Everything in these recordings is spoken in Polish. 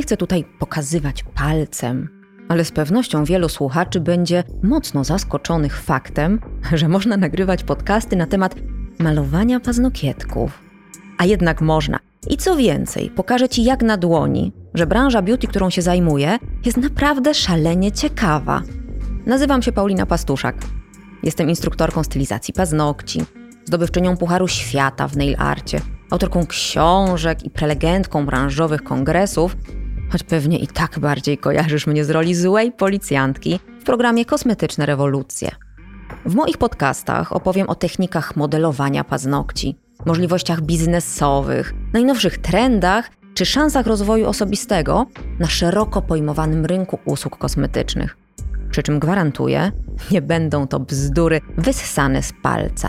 Nie chcę tutaj pokazywać palcem, ale z pewnością wielu słuchaczy będzie mocno zaskoczonych faktem, że można nagrywać podcasty na temat malowania paznokietków. A jednak można. I co więcej, pokażę Ci jak na dłoni, że branża beauty, którą się zajmuję, jest naprawdę szalenie ciekawa. Nazywam się Paulina Pastuszak. Jestem instruktorką stylizacji paznokci, zdobywczynią Pucharu Świata w nail arcie, autorką książek i prelegentką branżowych kongresów, choć pewnie i tak bardziej kojarzysz mnie z roli złej policjantki w programie Kosmetyczne Rewolucje. W moich podcastach opowiem o technikach modelowania paznokci, możliwościach biznesowych, najnowszych trendach czy szansach rozwoju osobistego na szeroko pojmowanym rynku usług kosmetycznych. Przy czym gwarantuję, nie będą to bzdury wyssane z palca.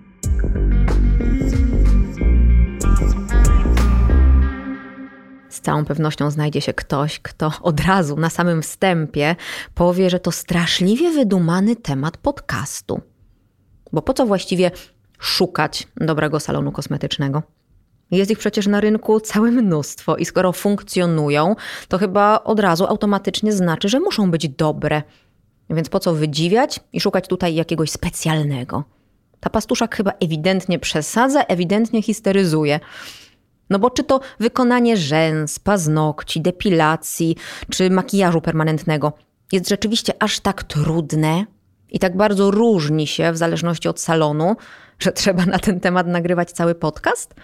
Z całą pewnością znajdzie się ktoś, kto od razu na samym wstępie powie, że to straszliwie wydumany temat podcastu. Bo po co właściwie szukać dobrego salonu kosmetycznego? Jest ich przecież na rynku całe mnóstwo i skoro funkcjonują, to chyba od razu automatycznie znaczy, że muszą być dobre. Więc po co wydziwiać i szukać tutaj jakiegoś specjalnego? Ta Pastuszak chyba ewidentnie przesadza, ewidentnie histeryzuje. No bo czy to wykonanie rzęs, paznokci, depilacji czy makijażu permanentnego jest rzeczywiście aż tak trudne i tak bardzo różni się w zależności od salonu, że trzeba na ten temat nagrywać cały podcast?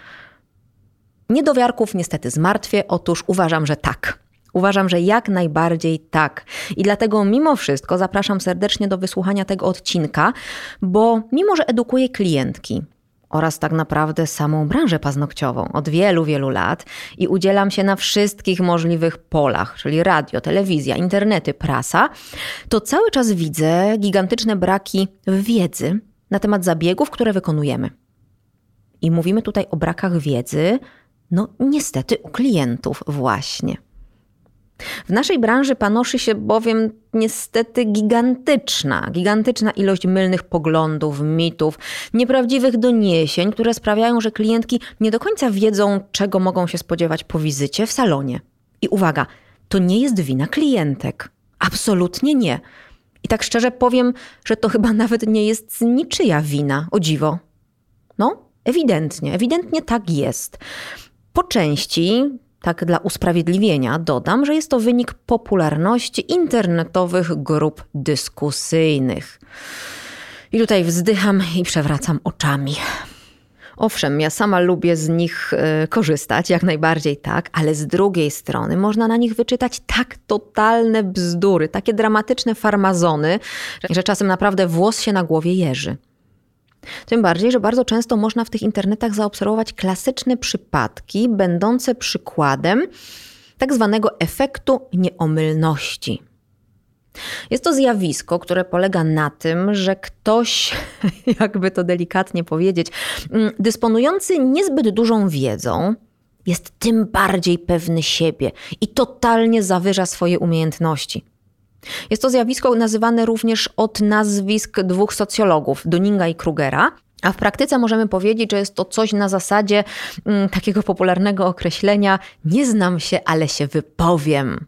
Niedowiarków niestety zmartwię, otóż uważam, że tak. Uważam, że jak najbardziej tak. I dlatego mimo wszystko zapraszam serdecznie do wysłuchania tego odcinka, bo mimo, że edukuję klientki oraz tak naprawdę samą branżę paznokciową od wielu, wielu lat i udzielam się na wszystkich możliwych polach, czyli radio, telewizja, internety, prasa, to cały czas widzę gigantyczne braki wiedzy na temat zabiegów, które wykonujemy. I mówimy tutaj o brakach wiedzy, no niestety u klientów właśnie. W naszej branży panoszy się bowiem niestety gigantyczna ilość mylnych poglądów, mitów, nieprawdziwych doniesień, które sprawiają, że klientki nie do końca wiedzą, czego mogą się spodziewać po wizycie w salonie. I uwaga, to nie jest wina klientek. Absolutnie nie. I tak szczerze powiem, że to chyba nawet nie jest niczyja wina, o dziwo. No, ewidentnie tak jest. Po części, tak dla usprawiedliwienia, dodam, że jest to wynik popularności internetowych grup dyskusyjnych. I tutaj wzdycham i przewracam oczami. Owszem, ja sama lubię z nich korzystać, jak najbardziej tak, ale z drugiej strony można na nich wyczytać tak totalne bzdury, takie dramatyczne farmazony, że czasem naprawdę włos się na głowie jeży. Tym bardziej, że bardzo często można w tych internetach zaobserwować klasyczne przypadki będące przykładem tak zwanego efektu nieomylności. Jest to zjawisko, które polega na tym, że ktoś, jakby to delikatnie powiedzieć, dysponujący niezbyt dużą wiedzą, jest tym bardziej pewny siebie i totalnie zawyża swoje umiejętności. Jest to zjawisko nazywane również od nazwisk dwóch socjologów, Dunninga i Krugera, a w praktyce możemy powiedzieć, że jest to coś na zasadzie takiego popularnego określenia nie znam się, ale się wypowiem.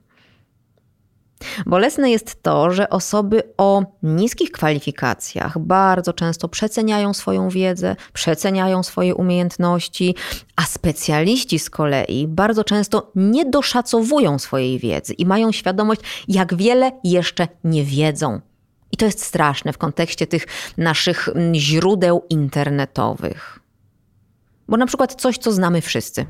Bolesne jest to, że osoby o niskich kwalifikacjach bardzo często przeceniają swoją wiedzę, przeceniają swoje umiejętności, a specjaliści z kolei bardzo często nie doszacowują swojej wiedzy i mają świadomość, jak wiele jeszcze nie wiedzą. I to jest straszne w kontekście tych naszych źródeł internetowych. Bo na przykład coś, co znamy wszyscy.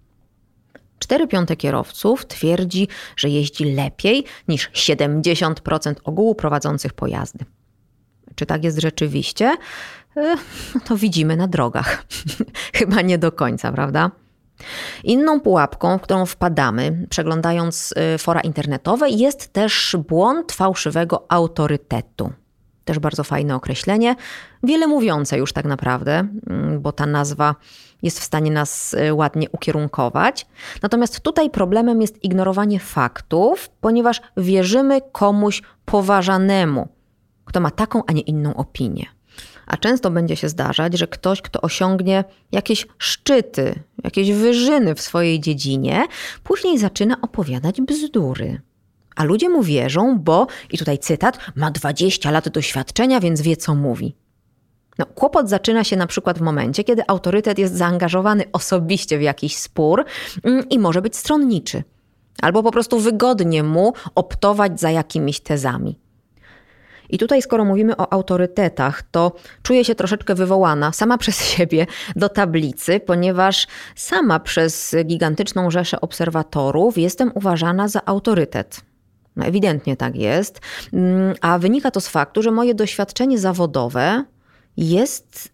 4/5 kierowców twierdzi, że jeździ lepiej niż 70% ogółu prowadzących pojazdy. Czy tak jest rzeczywiście? No to widzimy na drogach. Chyba nie do końca, prawda? Inną pułapką, w którą wpadamy, przeglądając fora internetowe, jest też błąd fałszywego autorytetu. Też bardzo fajne określenie, wiele mówiące już tak naprawdę, bo ta nazwa jest w stanie nas ładnie ukierunkować. Natomiast tutaj problemem jest ignorowanie faktów, ponieważ wierzymy komuś poważanemu, kto ma taką, a nie inną opinię. A często będzie się zdarzać, że ktoś, kto osiągnie jakieś szczyty, jakieś wyżyny w swojej dziedzinie, później zaczyna opowiadać bzdury. A ludzie mu wierzą, bo, i tutaj cytat, ma 20 lat doświadczenia, więc wie, co mówi. Kłopot zaczyna się na przykład w momencie, kiedy autorytet jest zaangażowany osobiście w jakiś spór i może być stronniczy. Albo po prostu wygodnie mu optować za jakimiś tezami. I tutaj, skoro mówimy o autorytetach, to czuję się troszeczkę wywołana sama przez siebie do tablicy, ponieważ sama przez gigantyczną rzeszę obserwatorów jestem uważana za autorytet. Ewidentnie tak jest, a wynika to z faktu, że moje doświadczenie zawodowe jest,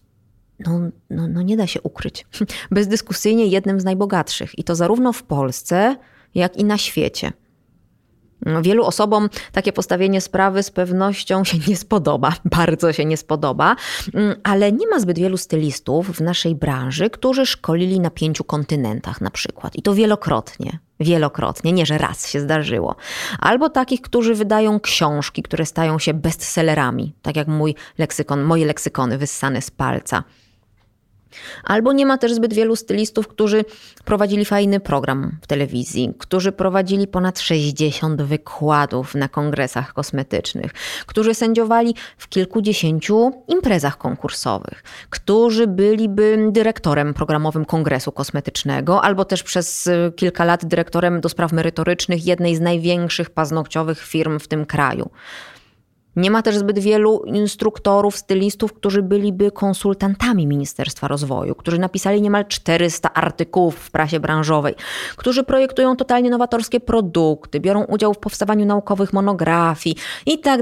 nie da się ukryć, bezdyskusyjnie jednym z najbogatszych. I to zarówno w Polsce, jak i na świecie. Wielu osobom takie postawienie sprawy z pewnością się nie spodoba, bardzo się nie spodoba, ale nie ma zbyt wielu stylistów w naszej branży, którzy szkolili na 5 kontynentach na przykład. I to wielokrotnie, nie że raz się zdarzyło. Albo takich, którzy wydają książki, które stają się bestsellerami, tak jak moje leksykony wyssane z palca. Albo nie ma też zbyt wielu stylistów, którzy prowadzili fajny program w telewizji, którzy prowadzili ponad 60 wykładów na kongresach kosmetycznych, którzy sędziowali w kilkudziesięciu imprezach konkursowych, którzy byliby dyrektorem programowym kongresu kosmetycznego albo też przez kilka lat dyrektorem do spraw merytorycznych jednej z największych paznokciowych firm w tym kraju. Nie ma też zbyt wielu instruktorów, stylistów, którzy byliby konsultantami Ministerstwa Rozwoju, którzy napisali niemal 400 artykułów w prasie branżowej, którzy projektują totalnie nowatorskie produkty, biorą udział w powstawaniu naukowych monografii i tak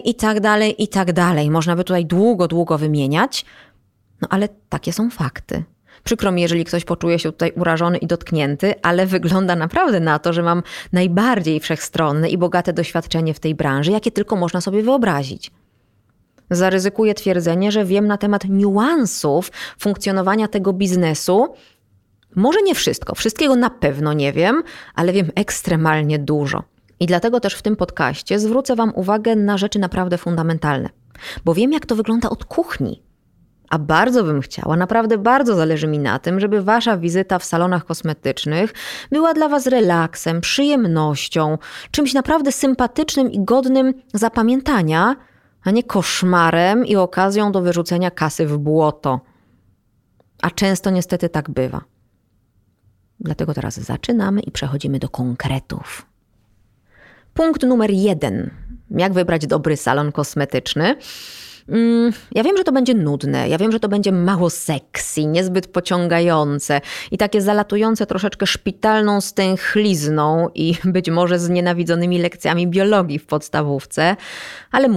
dalej. Można by tutaj długo wymieniać, ale takie są fakty. Przykro mi, jeżeli ktoś poczuje się tutaj urażony i dotknięty, ale wygląda naprawdę na to, że mam najbardziej wszechstronne i bogate doświadczenie w tej branży, jakie tylko można sobie wyobrazić. Zaryzykuję twierdzenie, że wiem na temat niuansów funkcjonowania tego biznesu. Może nie wszystkiego na pewno nie wiem, ale wiem ekstremalnie dużo. I dlatego też w tym podcaście zwrócę Wam uwagę na rzeczy naprawdę fundamentalne. Bo wiem, jak to wygląda od kuchni. A bardzo bym chciała, naprawdę bardzo zależy mi na tym, żeby Wasza wizyta w salonach kosmetycznych była dla Was relaksem, przyjemnością, czymś naprawdę sympatycznym i godnym zapamiętania, a nie koszmarem i okazją do wyrzucenia kasy w błoto. A często niestety tak bywa. Dlatego teraz zaczynamy i przechodzimy do konkretów. Punkt numer 1. Jak wybrać dobry salon kosmetyczny? Ja wiem, że to będzie nudne, ja wiem, że to będzie mało sexy, niezbyt pociągające i takie zalatujące troszeczkę szpitalną stęchlizną i być może znienawidzonymi lekcjami biologii w podstawówce, ale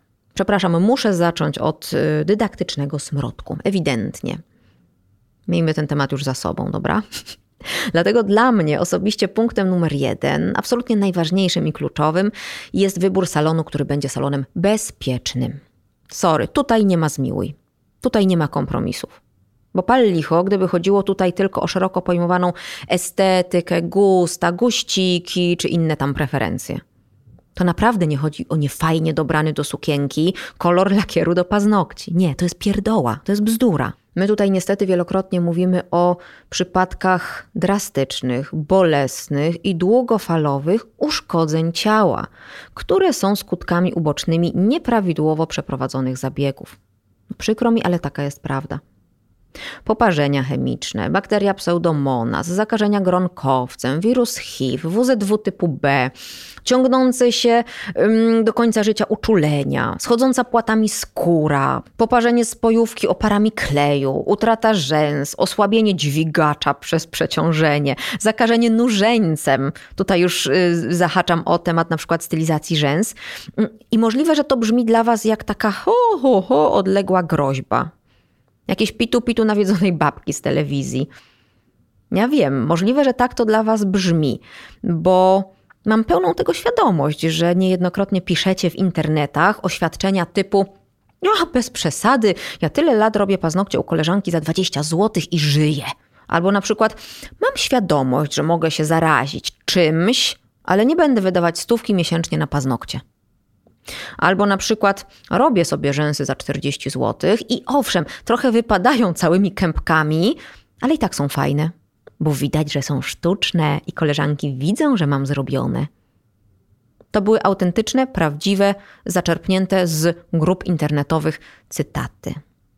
muszę zacząć od dydaktycznego smrodku, ewidentnie. Miejmy ten temat już za sobą, dobra? Dlatego dla mnie osobiście punktem numer 1, absolutnie najważniejszym i kluczowym, jest wybór salonu, który będzie salonem bezpiecznym. Sorry, tutaj nie ma zmiłuj. Tutaj nie ma kompromisów. Bo pal licho, gdyby chodziło tutaj tylko o szeroko pojmowaną estetykę, gusta, guściki czy inne tam preferencje. To naprawdę nie chodzi o niefajnie dobrany do sukienki kolor lakieru do paznokci. Nie, to jest pierdoła, to jest bzdura. My tutaj niestety wielokrotnie mówimy o przypadkach drastycznych, bolesnych i długofalowych uszkodzeń ciała, które są skutkami ubocznymi nieprawidłowo przeprowadzonych zabiegów. Przykro mi, ale taka jest prawda. Poparzenia chemiczne, bakteria pseudomonas, zakażenia gronkowcem, wirus HIV, WZW typu B, ciągnące się do końca życia uczulenia, schodząca płatami skóra, poparzenie spojówki oparami kleju, utrata rzęs, osłabienie dźwigacza przez przeciążenie, zakażenie nużeńcem. Tutaj już zahaczam o temat na przykład stylizacji rzęs. I możliwe, że to brzmi dla Was jak taka odległa groźba. Jakieś pitu nawiedzonej babki z telewizji. Ja wiem, możliwe, że tak to dla Was brzmi, bo mam pełną tego świadomość, że niejednokrotnie piszecie w internetach oświadczenia typu bez przesady, ja tyle lat robię paznokcie u koleżanki za 20 zł i żyję. Albo na przykład mam świadomość, że mogę się zarazić czymś, ale nie będę wydawać 100 miesięcznie na paznokcie. Albo na przykład robię sobie rzęsy za 40 zł i owszem, trochę wypadają całymi kępkami, ale i tak są fajne, bo widać, że są sztuczne i koleżanki widzą, że mam zrobione. To były autentyczne, prawdziwe, zaczerpnięte z grup internetowych cytaty.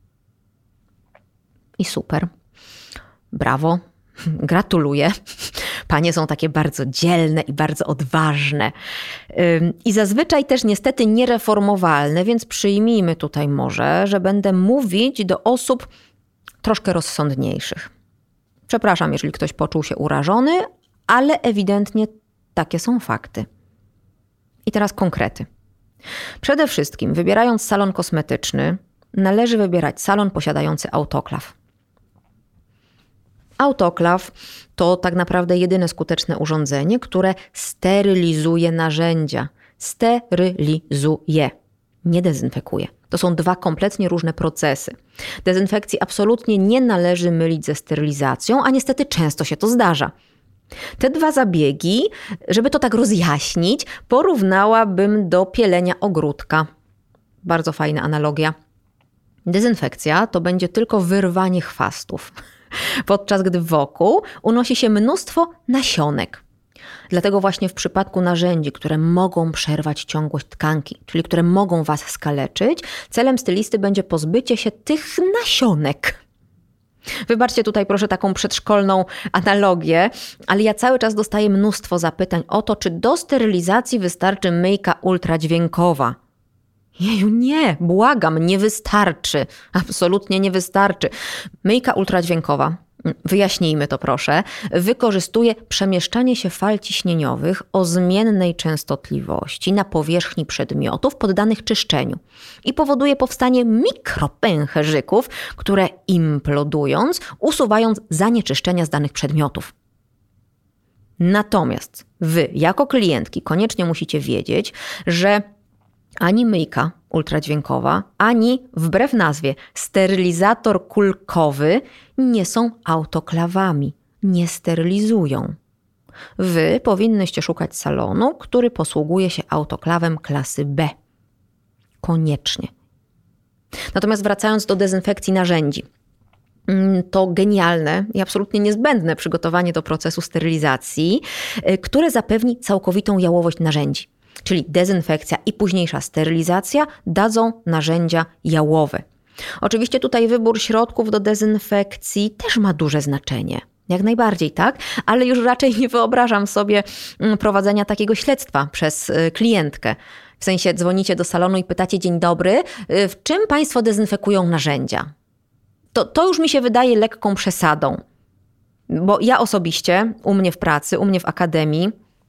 I super. Brawo. Gratuluję. Panie są takie bardzo dzielne i bardzo odważne. I zazwyczaj też niestety niereformowalne, więc przyjmijmy tutaj może, że będę mówić do osób troszkę rozsądniejszych. Przepraszam, jeżeli ktoś poczuł się urażony, ale ewidentnie takie są fakty. I teraz konkrety. Przede wszystkim, wybierając salon kosmetyczny, należy wybierać salon posiadający autoklaw. Autoklaw to tak naprawdę jedyne skuteczne urządzenie, które sterylizuje narzędzia. Sterylizuje, nie dezynfekuje. To są dwa kompletnie różne procesy. Dezynfekcji absolutnie nie należy mylić ze sterylizacją, a niestety często się to zdarza. Te dwa zabiegi, żeby to tak rozjaśnić, porównałabym do pielenia ogródka. Bardzo fajna analogia. Dezynfekcja to będzie tylko wyrwanie chwastów, podczas gdy wokół unosi się mnóstwo nasionek. Dlatego właśnie w przypadku narzędzi, które mogą przerwać ciągłość tkanki, czyli które mogą was skaleczyć, celem stylisty będzie pozbycie się tych nasionek. Wybaczcie tutaj proszę taką przedszkolną analogię, ale ja cały czas dostaję mnóstwo zapytań o to, czy do sterylizacji wystarczy myjka ultradźwiękowa. Jeju, nie, błagam, nie wystarczy. Absolutnie nie wystarczy. Myjka ultradźwiękowa, wyjaśnijmy to proszę, wykorzystuje przemieszczanie się fal ciśnieniowych o zmiennej częstotliwości na powierzchni przedmiotów poddanych czyszczeniu i powoduje powstanie mikropęcherzyków, które implodując, usuwają zanieczyszczenia z danych przedmiotów. Natomiast wy, jako klientki, koniecznie musicie wiedzieć, że ani myjka ultradźwiękowa, ani, wbrew nazwie, sterylizator kulkowy nie są autoklawami, nie sterylizują. Wy powinnyście szukać salonu, który posługuje się autoklawem klasy B. Koniecznie. Natomiast wracając do dezynfekcji narzędzi. To genialne i absolutnie niezbędne przygotowanie do procesu sterylizacji, które zapewni całkowitą jałowość narzędzi. Czyli dezynfekcja i późniejsza sterylizacja dadzą narzędzia jałowe. Oczywiście tutaj wybór środków do dezynfekcji też ma duże znaczenie. Jak najbardziej, tak? Ale już raczej nie wyobrażam sobie prowadzenia takiego śledztwa przez klientkę. W sensie dzwonicie do salonu i pytacie: dzień dobry, w czym państwo dezynfekują narzędzia? To już mi się wydaje lekką przesadą. Bo ja osobiście, u mnie w pracy, u mnie w akademii,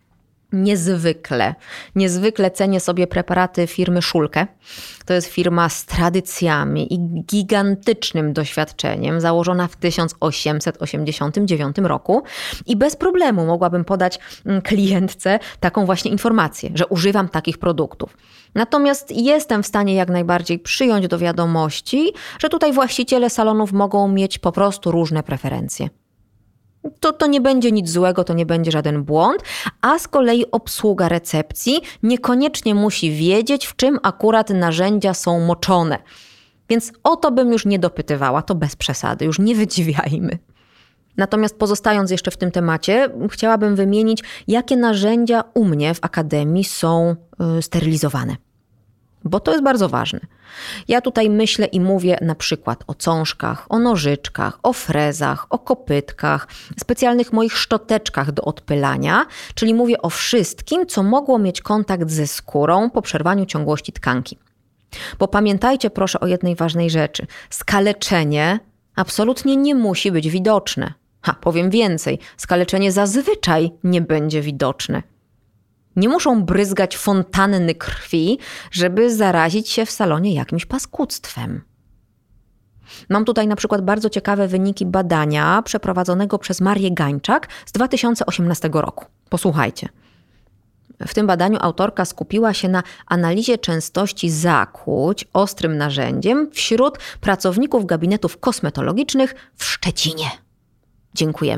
niezwykle cenię sobie preparaty firmy Schülke. To jest firma z tradycjami i gigantycznym doświadczeniem, założona w 1889 roku i bez problemu mogłabym podać klientce taką właśnie informację, że używam takich produktów. Natomiast jestem w stanie jak najbardziej przyjąć do wiadomości, że tutaj właściciele salonów mogą mieć po prostu różne preferencje. To nie będzie nic złego, to nie będzie żaden błąd, a z kolei obsługa recepcji niekoniecznie musi wiedzieć, w czym akurat narzędzia są moczone. Więc o to bym już nie dopytywała, to bez przesady, już nie wydziwiajmy. Natomiast pozostając jeszcze w tym temacie, chciałabym wymienić, jakie narzędzia u mnie w akademii są sterylizowane. Bo to jest bardzo ważne. Ja tutaj myślę i mówię na przykład o cążkach, o nożyczkach, o frezach, o kopytkach, specjalnych moich szczoteczkach do odpylania, czyli mówię o wszystkim, co mogło mieć kontakt ze skórą po przerwaniu ciągłości tkanki. Bo pamiętajcie proszę o jednej ważnej rzeczy. Skaleczenie absolutnie nie musi być widoczne. Powiem więcej, skaleczenie zazwyczaj nie będzie widoczne. Nie muszą bryzgać fontanny krwi, żeby zarazić się w salonie jakimś paskudztwem. Mam tutaj na przykład bardzo ciekawe wyniki badania przeprowadzonego przez Marię Gańczak z 2018 roku. Posłuchajcie. W tym badaniu autorka skupiła się na analizie częstości zakłuć ostrym narzędziem wśród pracowników gabinetów kosmetologicznych w Szczecinie. Dziękujemy.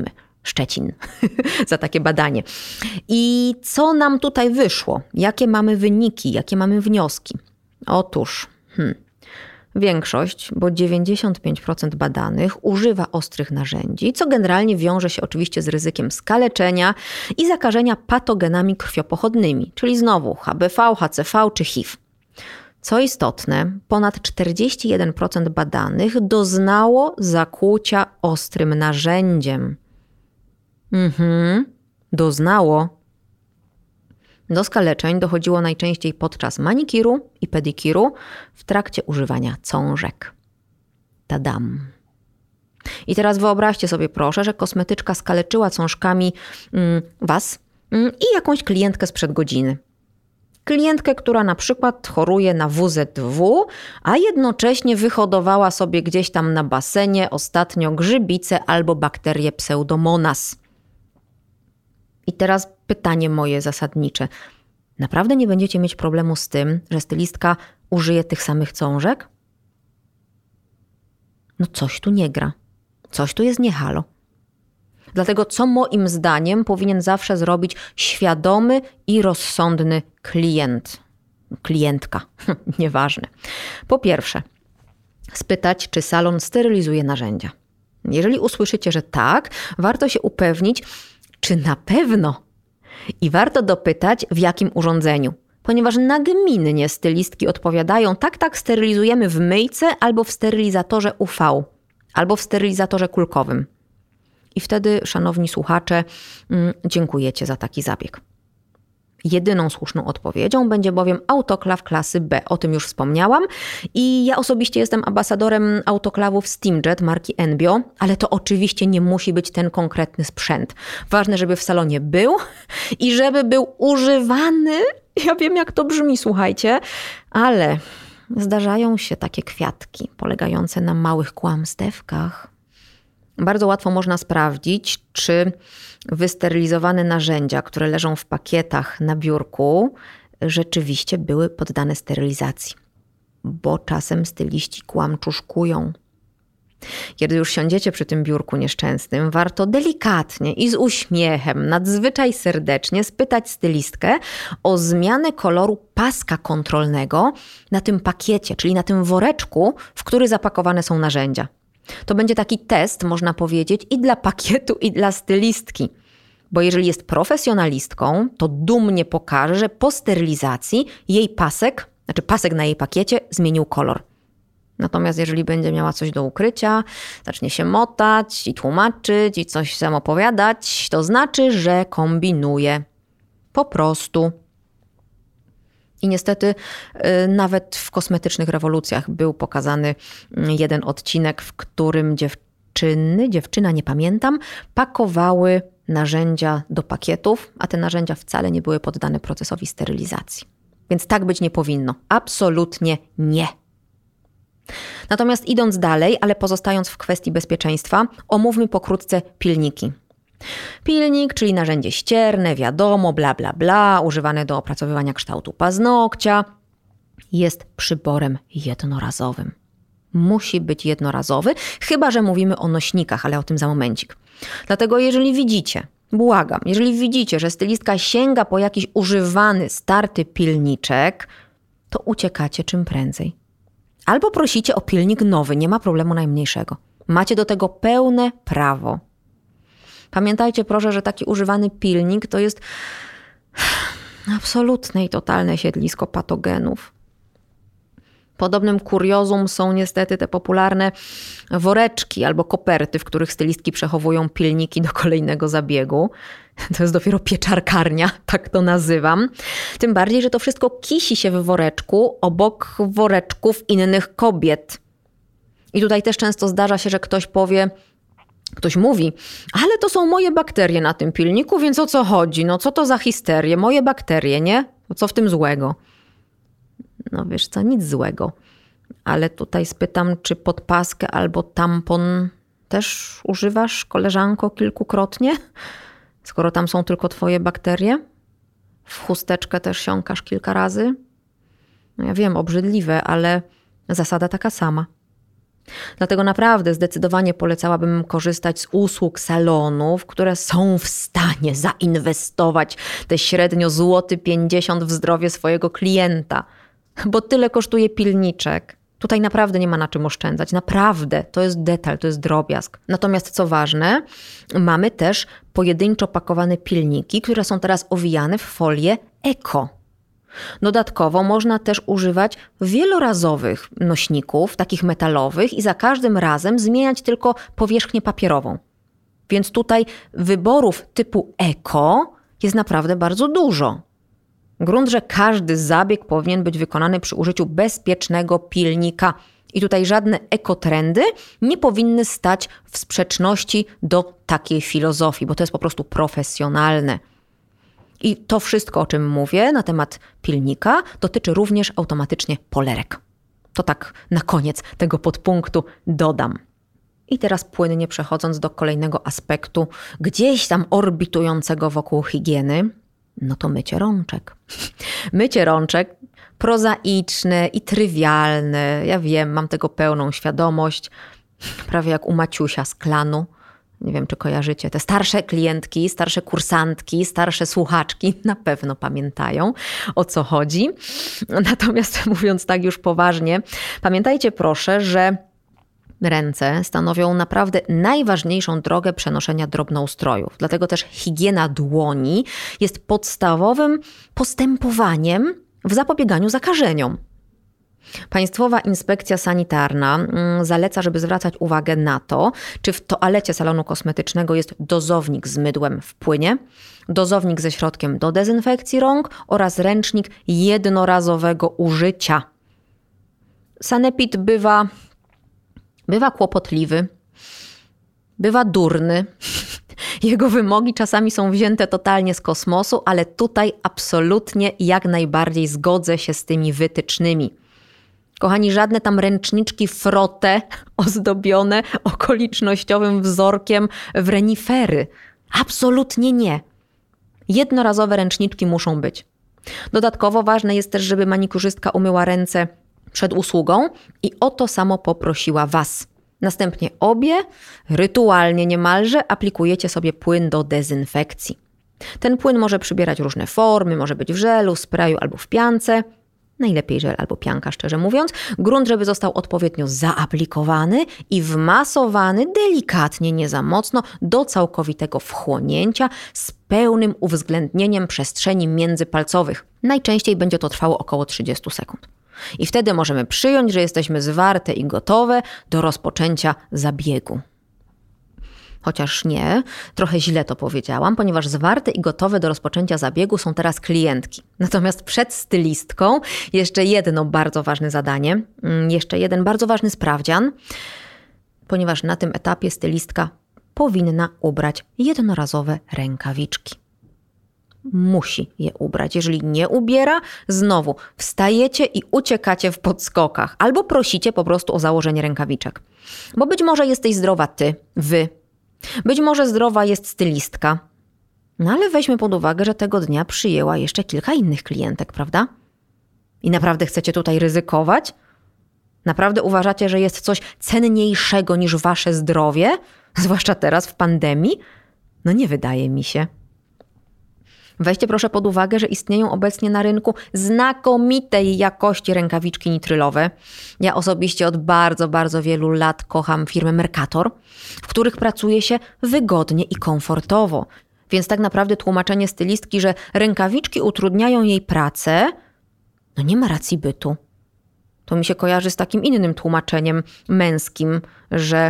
Szczecin za takie badanie. I co nam tutaj wyszło? Jakie mamy wyniki? Jakie mamy wnioski? Otóż większość, bo 95% badanych używa ostrych narzędzi, co generalnie wiąże się oczywiście z ryzykiem skaleczenia i zakażenia patogenami krwiopochodnymi, czyli znowu HBV, HCV czy HIV. Co istotne, ponad 41% badanych doznało zakłucia ostrym narzędziem. Doznało. Do skaleczeń dochodziło najczęściej podczas manikiru i pedikiru w trakcie używania cążek. Tadam. I teraz wyobraźcie sobie proszę, że kosmetyczka skaleczyła cążkami was i jakąś klientkę sprzed godziny. Klientkę, która na przykład choruje na WZW, a jednocześnie wyhodowała sobie gdzieś tam na basenie ostatnio grzybicę albo bakterię Pseudomonas. I teraz pytanie moje zasadnicze. Naprawdę nie będziecie mieć problemu z tym, że stylistka użyje tych samych cążek? No coś tu nie gra. Coś tu jest nie halo. Dlatego co moim zdaniem powinien zawsze zrobić świadomy i rozsądny klient. Klientka. Nieważne. Po pierwsze, spytać, czy salon sterylizuje narzędzia. Jeżeli usłyszycie, że tak, warto się upewnić, czy na pewno. I warto dopytać, w jakim urządzeniu. Ponieważ nagminnie stylistki odpowiadają, tak, sterylizujemy w myjce albo w sterylizatorze UV, albo w sterylizatorze kulkowym. I wtedy, szanowni słuchacze, dziękujecie za taki zabieg. Jedyną słuszną odpowiedzią będzie bowiem autoklaw klasy B. O tym już wspomniałam. I ja osobiście jestem ambasadorem autoklawów Steamjet marki Enbio, ale to oczywiście nie musi być ten konkretny sprzęt. Ważne, żeby w salonie był i żeby był używany. Ja wiem, jak to brzmi, słuchajcie, ale zdarzają się takie kwiatki polegające na małych kłamstewkach. Bardzo łatwo można sprawdzić, czy wysterylizowane narzędzia, które leżą w pakietach na biurku, rzeczywiście były poddane sterylizacji. Bo czasem styliści kłamczuszkują. Kiedy już siądziecie przy tym biurku nieszczęsnym, warto delikatnie i z uśmiechem, nadzwyczaj serdecznie spytać stylistkę o zmianę koloru paska kontrolnego na tym pakiecie, czyli na tym woreczku, w który zapakowane są narzędzia. To będzie taki test, można powiedzieć, i dla pakietu, i dla stylistki. Bo jeżeli jest profesjonalistką, to dumnie pokaże, że po sterylizacji jej pasek na jej pakiecie zmienił kolor. Natomiast jeżeli będzie miała coś do ukrycia, zacznie się motać i tłumaczyć i coś sam opowiadać, to znaczy, że kombinuje. Po prostu. I niestety nawet w kosmetycznych rewolucjach był pokazany jeden odcinek, w którym dziewczyna, nie pamiętam, pakowały narzędzia do pakietów, a te narzędzia wcale nie były poddane procesowi sterylizacji. Więc tak być nie powinno. Absolutnie nie. Natomiast idąc dalej, ale pozostając w kwestii bezpieczeństwa, omówmy pokrótce pilniki. Pilnik, czyli narzędzie ścierne, wiadomo, bla, bla, bla, używane do opracowywania kształtu paznokcia, jest przyborem jednorazowym. Musi być jednorazowy, chyba że mówimy o nośnikach, ale o tym za momencik. Dlatego jeżeli widzicie, błagam, jeżeli widzicie, że stylistka sięga po jakiś używany, starty pilniczek, to uciekacie czym prędzej. Albo prosicie o pilnik nowy, nie ma problemu najmniejszego. Macie do tego pełne prawo. Pamiętajcie proszę, że taki używany pilnik to jest absolutne i totalne siedlisko patogenów. Podobnym kuriozum są niestety te popularne woreczki albo koperty, w których stylistki przechowują pilniki do kolejnego zabiegu. To jest dopiero pieczarkarnia, tak to nazywam. Tym bardziej, że to wszystko kisi się w woreczku obok woreczków innych kobiet. I tutaj też często zdarza się, że ktoś mówi, ale to są moje bakterie na tym pilniku, więc o co chodzi? No co to za histerie? Moje bakterie, nie? No co w tym złego? No wiesz co, nic złego. Ale tutaj spytam, czy podpaskę albo tampon też używasz, koleżanko, kilkukrotnie? Skoro tam są tylko twoje bakterie? W chusteczkę też siąkasz kilka razy? No ja wiem, obrzydliwe, ale zasada taka sama. Dlatego naprawdę zdecydowanie polecałabym korzystać z usług salonów, które są w stanie zainwestować te średnio złoty 50 w zdrowie swojego klienta. Bo tyle kosztuje pilniczek. Tutaj naprawdę nie ma na czym oszczędzać. Naprawdę. To jest detal, to jest drobiazg. Natomiast co ważne, mamy też pojedynczo pakowane pilniki, które są teraz owijane w folię eko. Dodatkowo można też używać wielorazowych nośników, takich metalowych i za każdym razem zmieniać tylko powierzchnię papierową. Więc tutaj wyborów typu eko jest naprawdę bardzo dużo. Grunt, że każdy zabieg powinien być wykonany przy użyciu bezpiecznego pilnika. I tutaj żadne ekotrendy nie powinny stać w sprzeczności do takiej filozofii, bo to jest po prostu profesjonalne. I to wszystko, o czym mówię na temat pilnika, dotyczy również automatycznie polerek. To tak na koniec tego podpunktu dodam. I teraz płynnie przechodząc do kolejnego aspektu, gdzieś tam orbitującego wokół higieny, no to mycie rączek. Mycie rączek prozaiczne i trywialne. Ja wiem, mam tego pełną świadomość. Prawie jak u Maciusia z klanu. Nie wiem, czy kojarzycie. Te starsze klientki, starsze kursantki, starsze słuchaczki na pewno pamiętają, o co chodzi. Natomiast mówiąc tak już poważnie, pamiętajcie proszę, że ręce stanowią naprawdę najważniejszą drogę przenoszenia drobnoustrojów. Dlatego też higiena dłoni jest podstawowym postępowaniem w zapobieganiu zakażeniom. Państwowa Inspekcja Sanitarna zaleca, żeby zwracać uwagę na to, czy w toalecie salonu kosmetycznego jest dozownik z mydłem w płynie, dozownik ze środkiem do dezynfekcji rąk oraz ręcznik jednorazowego użycia. Sanepid bywa kłopotliwy, bywa durny. Jego wymogi czasami są wzięte totalnie z kosmosu, ale tutaj absolutnie jak najbardziej zgodzę się z tymi wytycznymi. Kochani, żadne tam ręczniczki frotte ozdobione okolicznościowym wzorkiem w renifery. Absolutnie nie. Jednorazowe ręczniczki muszą być. Dodatkowo ważne jest też, żeby manikurzystka umyła ręce przed usługą i o to samo poprosiła Was. Następnie obie, rytualnie niemalże, aplikujecie sobie płyn do dezynfekcji. Ten płyn może przybierać różne formy, może być w żelu, sprayu albo w piance. Najlepiej żel albo pianka, szczerze mówiąc. Grunt, żeby został odpowiednio zaaplikowany i wmasowany delikatnie, nie za mocno, do całkowitego wchłonięcia z pełnym uwzględnieniem przestrzeni międzypalcowych. Najczęściej będzie to trwało około 30 sekund. I wtedy możemy przyjąć, że jesteśmy zwarte i gotowe do rozpoczęcia zabiegu. Chociaż nie, trochę źle to powiedziałam, ponieważ zwarte i gotowe do rozpoczęcia zabiegu są teraz klientki. Natomiast przed stylistką jeszcze jedno bardzo ważne zadanie, jeszcze jeden bardzo ważny sprawdzian, ponieważ na tym etapie stylistka powinna ubrać jednorazowe rękawiczki. Musi je ubrać. Jeżeli nie ubiera, znowu wstajecie i uciekacie w podskokach. Albo prosicie po prostu o założenie rękawiczek. Bo być może jesteś zdrowa wy. Być może zdrowa jest stylistka. No ale weźmy pod uwagę, że tego dnia przyjęła jeszcze kilka innych klientek, prawda? I naprawdę chcecie tutaj ryzykować? Naprawdę uważacie, że jest coś cenniejszego niż wasze zdrowie? Zwłaszcza teraz w pandemii? No nie wydaje mi się. Weźcie proszę pod uwagę, że istnieją obecnie na rynku znakomitej jakości rękawiczki nitrylowe. Ja osobiście od bardzo, bardzo wielu lat kocham firmę Mercator, w których pracuje się wygodnie i komfortowo. Więc tak naprawdę tłumaczenie stylistki, że rękawiczki utrudniają jej pracę, no nie ma racji bytu. To mi się kojarzy z takim innym tłumaczeniem męskim, że...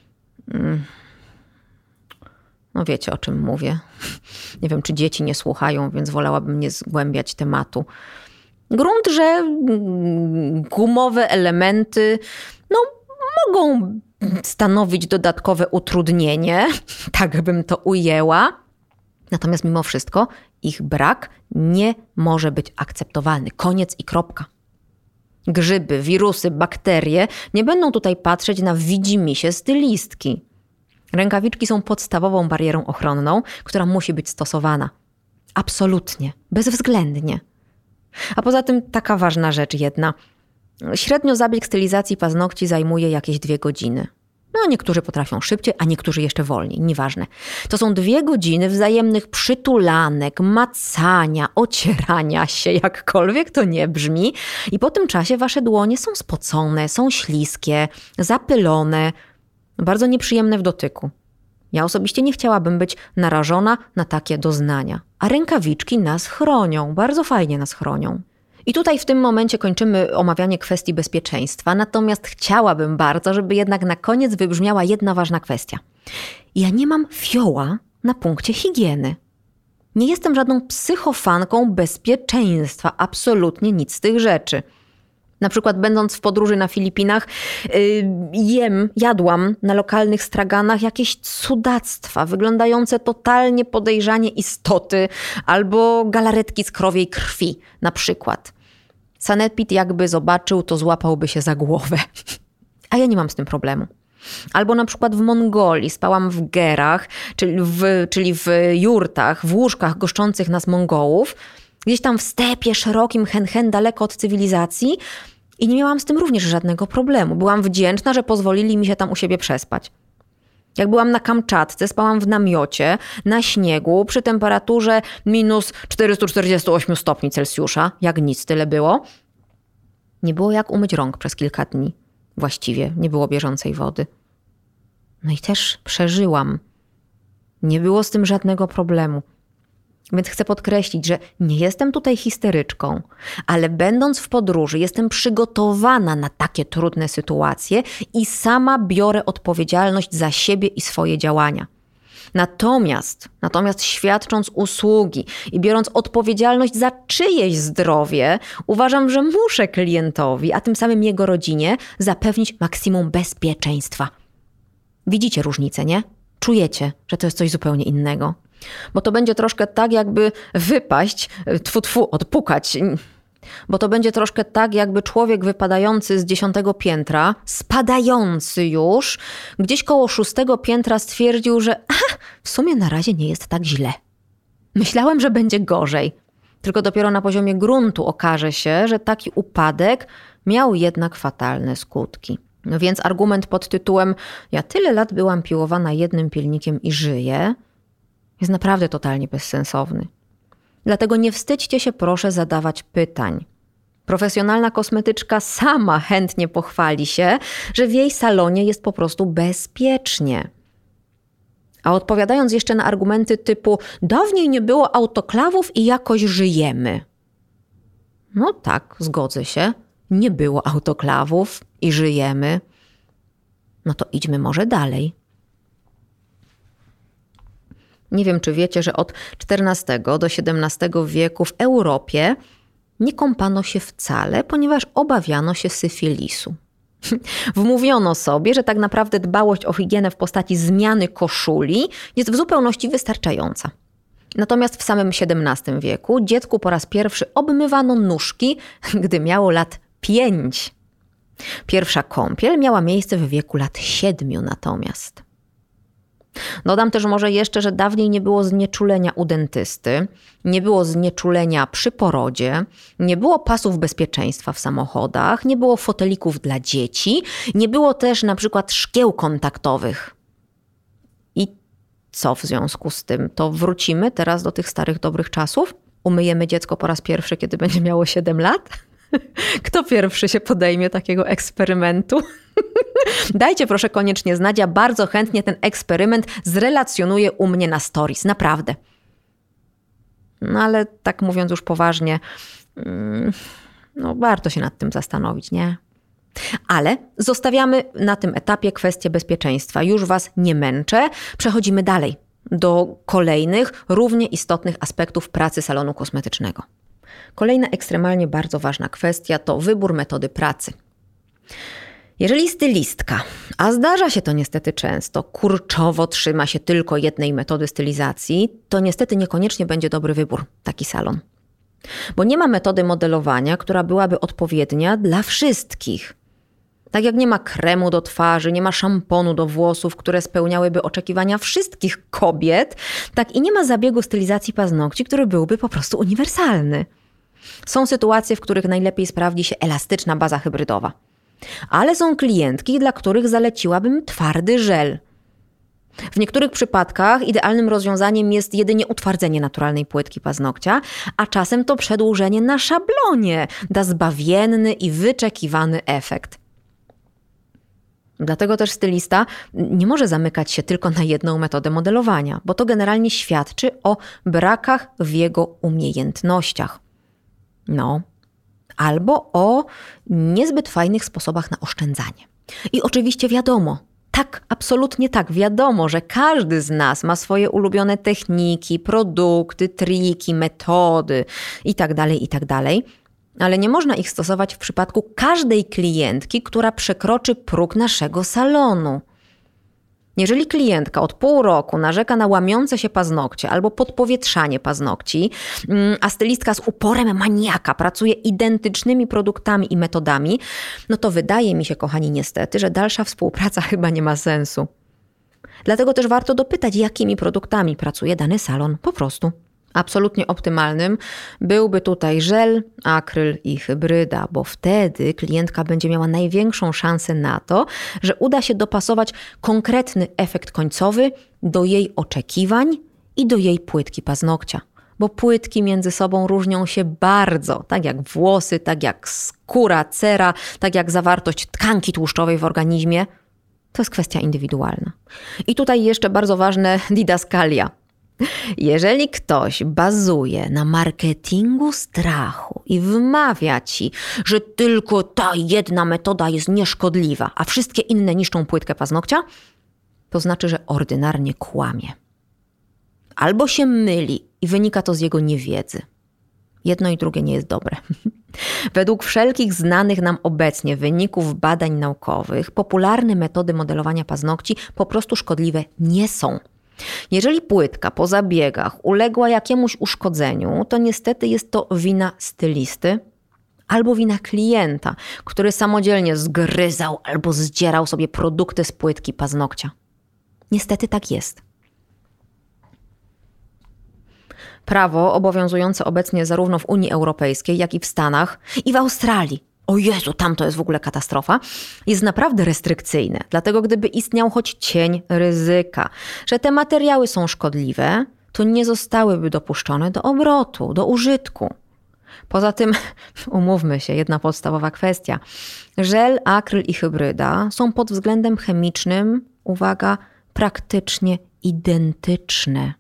No wiecie, o czym mówię. Nie wiem, czy dzieci nie słuchają, więc wolałabym nie zgłębiać tematu. Grunt, że gumowe elementy mogą stanowić dodatkowe utrudnienie, tak bym to ujęła. Natomiast mimo wszystko ich brak nie może być akceptowalny. Koniec i kropka. Grzyby, wirusy, bakterie nie będą tutaj patrzeć na widzimisię stylistki. Rękawiczki są podstawową barierą ochronną, która musi być stosowana. Absolutnie, bezwzględnie. A poza tym taka ważna rzecz jedna. Średnio zabieg stylizacji paznokci zajmuje jakieś 2 godziny. No, niektórzy potrafią szybciej, a niektórzy jeszcze wolniej, nieważne. To są 2 godziny wzajemnych przytulanek, macania, ocierania się, jakkolwiek to nie brzmi. I po tym czasie wasze dłonie są spocone, są śliskie, zapylone, bardzo nieprzyjemne w dotyku. Ja osobiście nie chciałabym być narażona na takie doznania. A rękawiczki nas chronią, bardzo fajnie nas chronią. I tutaj w tym momencie kończymy omawianie kwestii bezpieczeństwa, natomiast chciałabym bardzo, żeby jednak na koniec wybrzmiała jedna ważna kwestia. Ja nie mam fioła na punkcie higieny. Nie jestem żadną psychofanką bezpieczeństwa, absolutnie nic z tych rzeczy. Na przykład będąc w podróży na Filipinach jadłam na lokalnych straganach jakieś cudactwa, wyglądające totalnie podejrzanie istoty albo galaretki z krowiej krwi na przykład. Sanepid jakby zobaczył, to złapałby się za głowę. A ja nie mam z tym problemu. Albo na przykład w Mongolii spałam w gerach, czyli w jurtach, w łóżkach goszczących nas Mongołów, gdzieś tam w stepie szerokim, daleko od cywilizacji i nie miałam z tym również żadnego problemu. Byłam wdzięczna, że pozwolili mi się tam u siebie przespać. Jak byłam na Kamczatce, spałam w namiocie, na śniegu, przy temperaturze minus 448 stopni Celsjusza. Jak nic, tyle było. Nie było jak umyć rąk przez kilka dni. Właściwie nie było bieżącej wody. No i też przeżyłam. Nie było z tym żadnego problemu. Więc chcę podkreślić, że nie jestem tutaj histeryczką, ale będąc w podróży jestem przygotowana na takie trudne sytuacje i sama biorę odpowiedzialność za siebie i swoje działania. Natomiast świadcząc usługi i biorąc odpowiedzialność za czyjeś zdrowie, uważam, że muszę klientowi, a tym samym jego rodzinie, zapewnić maksimum bezpieczeństwa. Widzicie różnicę, nie? Czujecie, że to jest coś zupełnie innego. Bo to będzie troszkę tak, jakby wypaść, odpukać. Bo to będzie troszkę tak, jakby człowiek wypadający z 10. piętra, spadający już, gdzieś koło 6. piętra stwierdził, że w sumie na razie nie jest tak źle. Myślałem, że będzie gorzej. Tylko dopiero na poziomie gruntu okaże się, że taki upadek miał jednak fatalne skutki. No więc argument pod tytułem ja tyle lat byłam piłowana jednym pilnikiem i żyję, jest naprawdę totalnie bezsensowny. Dlatego nie wstydźcie się proszę zadawać pytań. Profesjonalna kosmetyczka sama chętnie pochwali się, że w jej salonie jest po prostu bezpiecznie. A odpowiadając jeszcze na argumenty typu dawniej nie było autoklawów i jakoś żyjemy. No tak, zgodzę się. Nie było autoklawów i żyjemy. No to idźmy może dalej. Nie wiem, czy wiecie, że od XIV do XVII wieku w Europie nie kąpano się wcale, ponieważ obawiano się syfilisu. Wmówiono sobie, że tak naprawdę dbałość o higienę w postaci zmiany koszuli jest w zupełności wystarczająca. Natomiast w samym XVII wieku dziecku po raz pierwszy obmywano nóżki, gdy miało lat 5. Pierwsza kąpiel miała miejsce w wieku lat 7 natomiast. Dodam też może jeszcze, że dawniej nie było znieczulenia u dentysty, nie było znieczulenia przy porodzie, nie było pasów bezpieczeństwa w samochodach, nie było fotelików dla dzieci, nie było też na przykład szkieł kontaktowych. I co w związku z tym? To wrócimy teraz do tych starych dobrych czasów? Umyjemy dziecko po raz pierwszy, kiedy będzie miało 7 lat? Kto pierwszy się podejmie takiego eksperymentu? Dajcie proszę koniecznie znać, ja bardzo chętnie ten eksperyment zrelacjonuję u mnie na stories, naprawdę. No ale tak mówiąc już poważnie, no warto się nad tym zastanowić, nie? Ale zostawiamy na tym etapie kwestię bezpieczeństwa. Już was nie męczę, przechodzimy dalej do kolejnych, równie istotnych aspektów pracy salonu kosmetycznego. Kolejna ekstremalnie bardzo ważna kwestia to wybór metody pracy. Jeżeli stylistka, a zdarza się to niestety często, kurczowo trzyma się tylko jednej metody stylizacji, to niestety niekoniecznie będzie dobry wybór, taki salon. Bo nie ma metody modelowania, która byłaby odpowiednia dla wszystkich. Tak jak nie ma kremu do twarzy, nie ma szamponu do włosów, które spełniałyby oczekiwania wszystkich kobiet, tak i nie ma zabiegu stylizacji paznokci, który byłby po prostu uniwersalny. Są sytuacje, w których najlepiej sprawdzi się elastyczna baza hybrydowa. Ale są klientki, dla których zaleciłabym twardy żel. W niektórych przypadkach idealnym rozwiązaniem jest jedynie utwardzenie naturalnej płytki paznokcia, a czasem to przedłużenie na szablonie da zbawienny i wyczekiwany efekt. Dlatego też stylista nie może zamykać się tylko na jedną metodę modelowania, bo to generalnie świadczy o brakach w jego umiejętnościach. Albo o niezbyt fajnych sposobach na oszczędzanie. I oczywiście wiadomo, tak, absolutnie tak, wiadomo, że każdy z nas ma swoje ulubione techniki, produkty, triki, metody itd., ale nie można ich stosować w przypadku każdej klientki, która przekroczy próg naszego salonu. Jeżeli klientka od pół roku narzeka na łamiące się paznokcie albo podpowietrzanie paznokci, a stylistka z uporem maniaka pracuje identycznymi produktami i metodami, to wydaje mi się, kochani, niestety, że dalsza współpraca chyba nie ma sensu. Dlatego też warto dopytać, jakimi produktami pracuje dany salon po prostu. Absolutnie optymalnym byłby tutaj żel, akryl i hybryda, bo wtedy klientka będzie miała największą szansę na to, że uda się dopasować konkretny efekt końcowy do jej oczekiwań i do jej płytki paznokcia. Bo płytki między sobą różnią się bardzo, tak jak włosy, tak jak skóra, cera, tak jak zawartość tkanki tłuszczowej w organizmie. To jest kwestia indywidualna. I tutaj jeszcze bardzo ważne didaskalia. Jeżeli ktoś bazuje na marketingu strachu i wmawia ci, że tylko ta jedna metoda jest nieszkodliwa, a wszystkie inne niszczą płytkę paznokcia, to znaczy, że ordynarnie kłamie. Albo się myli i wynika to z jego niewiedzy. Jedno i drugie nie jest dobre. Według wszelkich znanych nam obecnie wyników badań naukowych, popularne metody modelowania paznokci po prostu szkodliwe nie są. Jeżeli płytka po zabiegach uległa jakiemuś uszkodzeniu, to niestety jest to wina stylisty albo wina klienta, który samodzielnie zgryzał albo zdzierał sobie produkty z płytki paznokcia. Niestety tak jest. Prawo obowiązujące obecnie zarówno w Unii Europejskiej, jak i w Stanach i w Australii, o Jezu, tam to jest w ogóle katastrofa, jest naprawdę restrykcyjne. Dlatego gdyby istniał choć cień ryzyka, że te materiały są szkodliwe, to nie zostałyby dopuszczone do obrotu, do użytku. Poza tym, umówmy się, jedna podstawowa kwestia. Żel, akryl i hybryda są pod względem chemicznym, uwaga, praktycznie identyczne.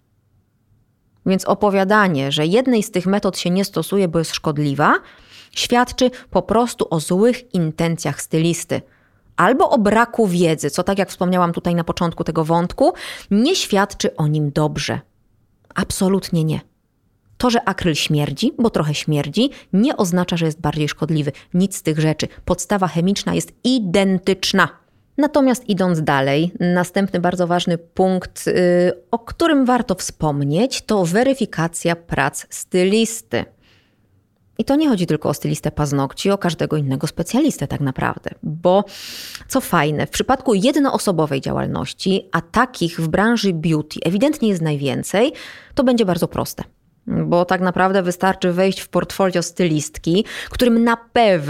Więc opowiadanie, że jednej z tych metod się nie stosuje, bo jest szkodliwa, świadczy po prostu o złych intencjach stylisty. Albo o braku wiedzy, co tak jak wspomniałam tutaj na początku tego wątku, nie świadczy o nim dobrze. Absolutnie nie. To, że akryl śmierdzi, bo trochę śmierdzi, nie oznacza, że jest bardziej szkodliwy. Nic z tych rzeczy. Podstawa chemiczna jest identyczna. Natomiast idąc dalej, następny bardzo ważny punkt, o którym warto wspomnieć, to weryfikacja prac stylisty. I to nie chodzi tylko o stylistę paznokci, o każdego innego specjalistę tak naprawdę. Bo co fajne, w przypadku jednoosobowej działalności, a takich w branży beauty ewidentnie jest najwięcej, to będzie bardzo proste. Bo tak naprawdę wystarczy wejść w portfolio stylistki, którym na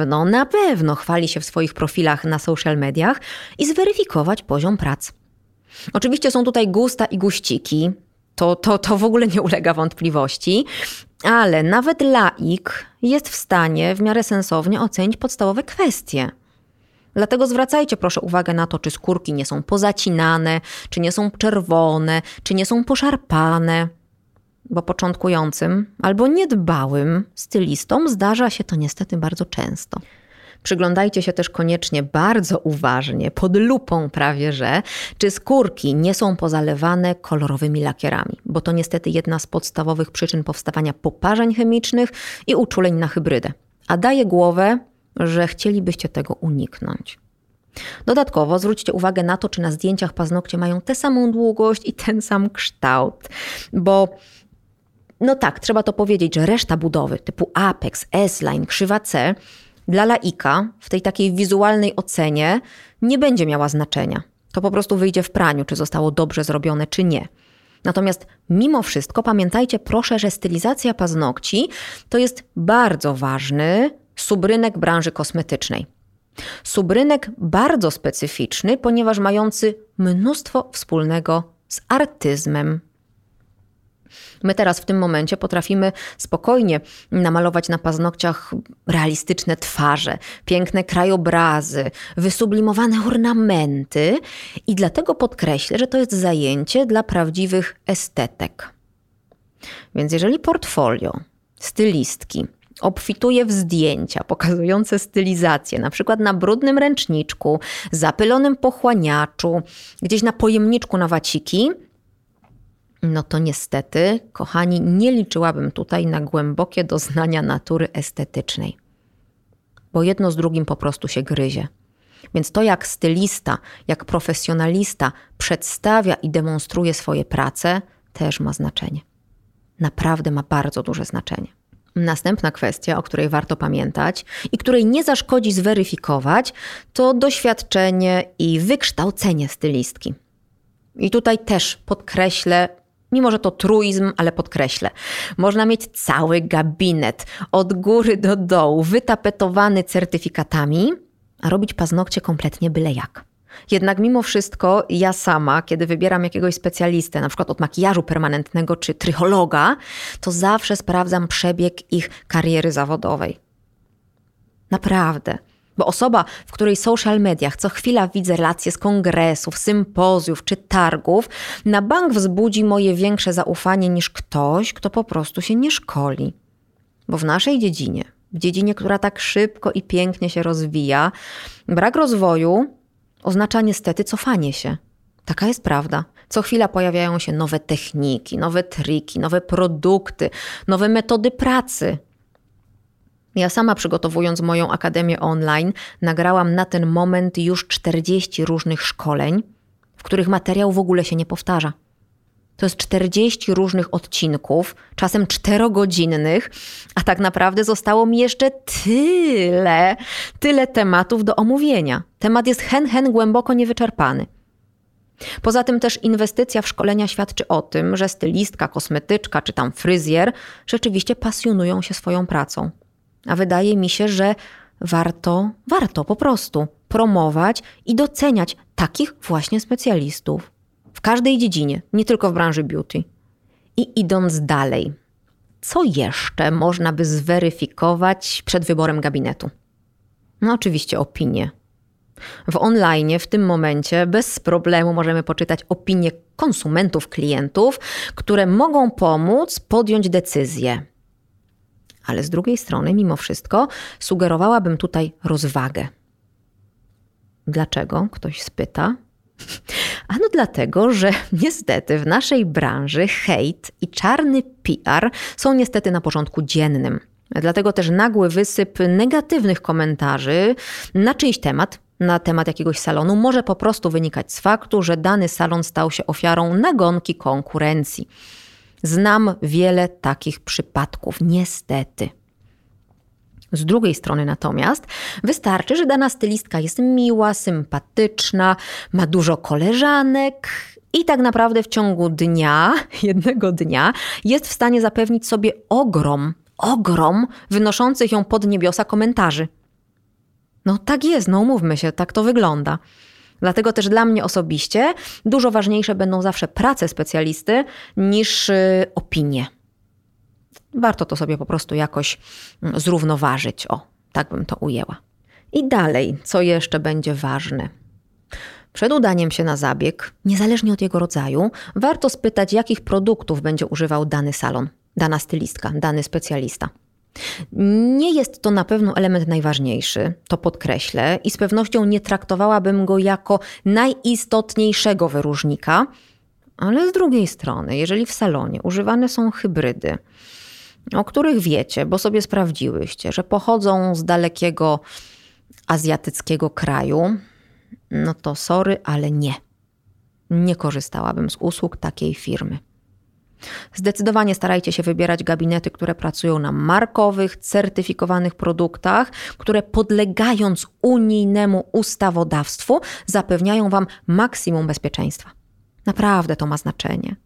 pewno chwali się w swoich profilach na social mediach i zweryfikować poziom prac. Oczywiście są tutaj gusta i guściki, to w ogóle nie ulega wątpliwości, ale nawet laik jest w stanie w miarę sensownie ocenić podstawowe kwestie. Dlatego zwracajcie proszę uwagę na to, czy skórki nie są pozacinane, czy nie są czerwone, czy nie są poszarpane. Bo początkującym albo niedbałym stylistom zdarza się to niestety bardzo często. Przyglądajcie się też koniecznie bardzo uważnie, pod lupą prawie, czy skórki nie są pozalewane kolorowymi lakierami, bo to niestety jedna z podstawowych przyczyn powstawania poparzeń chemicznych i uczuleń na hybrydę. A daje głowę, że chcielibyście tego uniknąć. Dodatkowo zwróćcie uwagę na to, czy na zdjęciach paznokcie mają tę samą długość i ten sam kształt, bo no tak, trzeba to powiedzieć, że reszta budowy typu apex, S-line, krzywa C dla laika w tej takiej wizualnej ocenie nie będzie miała znaczenia. To po prostu wyjdzie w praniu, czy zostało dobrze zrobione, czy nie. Natomiast mimo wszystko pamiętajcie proszę, że stylizacja paznokci to jest bardzo ważny subrynek branży kosmetycznej. Subrynek bardzo specyficzny, ponieważ mający mnóstwo wspólnego z artyzmem. My teraz w tym momencie potrafimy spokojnie namalować na paznokciach realistyczne twarze, piękne krajobrazy, wysublimowane ornamenty i dlatego podkreślę, że to jest zajęcie dla prawdziwych estetek. Więc jeżeli portfolio stylistki obfituje w zdjęcia pokazujące stylizację, na przykład na brudnym ręczniczku, zapylonym pochłaniaczu, gdzieś na pojemniczku na waciki, no to niestety, kochani, nie liczyłabym tutaj na głębokie doznania natury estetycznej. Bo jedno z drugim po prostu się gryzie. Więc to jak stylista, jak profesjonalista przedstawia i demonstruje swoje prace, też ma znaczenie. Naprawdę ma bardzo duże znaczenie. Następna kwestia, o której warto pamiętać i której nie zaszkodzi zweryfikować, to doświadczenie i wykształcenie stylistki. I tutaj też podkreślę, mimo że to truizm, ale podkreślę, można mieć cały gabinet od góry do dołu wytapetowany certyfikatami, a robić paznokcie kompletnie byle jak. Jednak mimo wszystko ja sama, kiedy wybieram jakiegoś specjalistę, na przykład od makijażu permanentnego czy trychologa, to zawsze sprawdzam przebieg ich kariery zawodowej. Naprawdę. Bo osoba, w której social mediach co chwila widzę relacje z kongresów, sympozjów czy targów, na bank wzbudzi moje większe zaufanie niż ktoś, kto po prostu się nie szkoli. Bo w naszej dziedzinie, w dziedzinie, która tak szybko i pięknie się rozwija, brak rozwoju oznacza niestety cofanie się. Taka jest prawda. Co chwila pojawiają się nowe techniki, nowe triki, nowe produkty, nowe metody pracy. Ja sama przygotowując moją akademię online nagrałam na ten moment już 40 różnych szkoleń, w których materiał w ogóle się nie powtarza. To jest 40 różnych odcinków, czasem 4-godzinnych, a tak naprawdę zostało mi jeszcze tyle tematów do omówienia. Temat jest hen głęboko niewyczerpany. Poza tym też inwestycja w szkolenia świadczy o tym, że stylistka, kosmetyczka czy tam fryzjer rzeczywiście pasjonują się swoją pracą. A wydaje mi się, że warto po prostu promować i doceniać takich właśnie specjalistów. W każdej dziedzinie, nie tylko w branży beauty. I idąc dalej, co jeszcze można by zweryfikować przed wyborem gabinetu? No oczywiście opinie. W online w tym momencie bez problemu możemy poczytać opinie konsumentów, klientów, które mogą pomóc podjąć decyzję. Ale z drugiej strony, mimo wszystko, sugerowałabym tutaj rozwagę. Dlaczego? Ktoś spyta. Ano dlatego, że niestety w naszej branży hejt i czarny PR są niestety na porządku dziennym. Dlatego też nagły wysyp negatywnych komentarzy na czyjś temat, na temat jakiegoś salonu może po prostu wynikać z faktu, że dany salon stał się ofiarą nagonki konkurencji. Znam wiele takich przypadków, niestety. Z drugiej strony natomiast wystarczy, że dana stylistka jest miła, sympatyczna, ma dużo koleżanek i tak naprawdę w ciągu jednego dnia jest w stanie zapewnić sobie ogrom wynoszących ją pod niebiosa komentarzy. No tak jest, no umówmy się, tak to wygląda. Dlatego też dla mnie osobiście dużo ważniejsze będą zawsze prace specjalisty niż opinie. Warto to sobie po prostu jakoś zrównoważyć. O, tak bym to ujęła. I dalej, co jeszcze będzie ważne? Przed udaniem się na zabieg, niezależnie od jego rodzaju, warto spytać, jakich produktów będzie używał dany salon, dana stylistka, dany specjalista. Nie jest to na pewno element najważniejszy, to podkreślę i z pewnością nie traktowałabym go jako najistotniejszego wyróżnika, ale z drugiej strony, jeżeli w salonie używane są hybrydy, o których wiecie, bo sobie sprawdziłyście, że pochodzą z dalekiego azjatyckiego kraju, no to sorry, ale nie korzystałabym z usług takiej firmy. Zdecydowanie starajcie się wybierać gabinety, które pracują na markowych, certyfikowanych produktach, które podlegając unijnemu ustawodawstwu zapewniają Wam maksimum bezpieczeństwa. Naprawdę to ma znaczenie.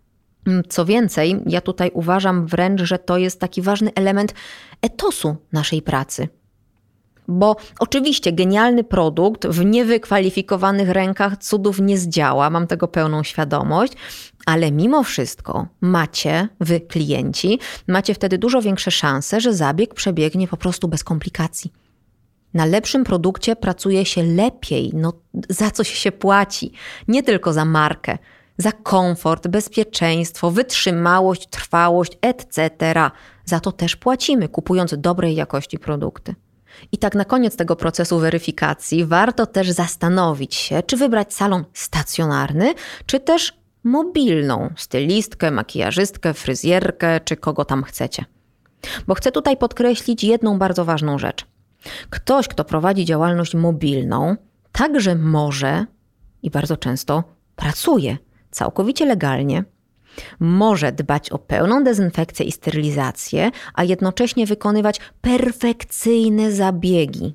Co więcej, ja tutaj uważam wręcz, że to jest taki ważny element etosu naszej pracy. Bo oczywiście genialny produkt w niewykwalifikowanych rękach cudów nie zdziała, mam tego pełną świadomość, ale mimo wszystko wy klienci, macie wtedy dużo większe szanse, że zabieg przebiegnie po prostu bez komplikacji. Na lepszym produkcie pracuje się lepiej, za coś się płaci, nie tylko za markę, za komfort, bezpieczeństwo, wytrzymałość, trwałość, etc. Za to też płacimy, kupując dobrej jakości produkty. I tak na koniec tego procesu weryfikacji warto też zastanowić się, czy wybrać salon stacjonarny, czy też mobilną stylistkę, makijażystkę, fryzjerkę, czy kogo tam chcecie. Bo chcę tutaj podkreślić jedną bardzo ważną rzecz. Ktoś, kto prowadzi działalność mobilną, także może i bardzo często pracuje całkowicie legalnie, może dbać o pełną dezynfekcję i sterylizację, a jednocześnie wykonywać perfekcyjne zabiegi.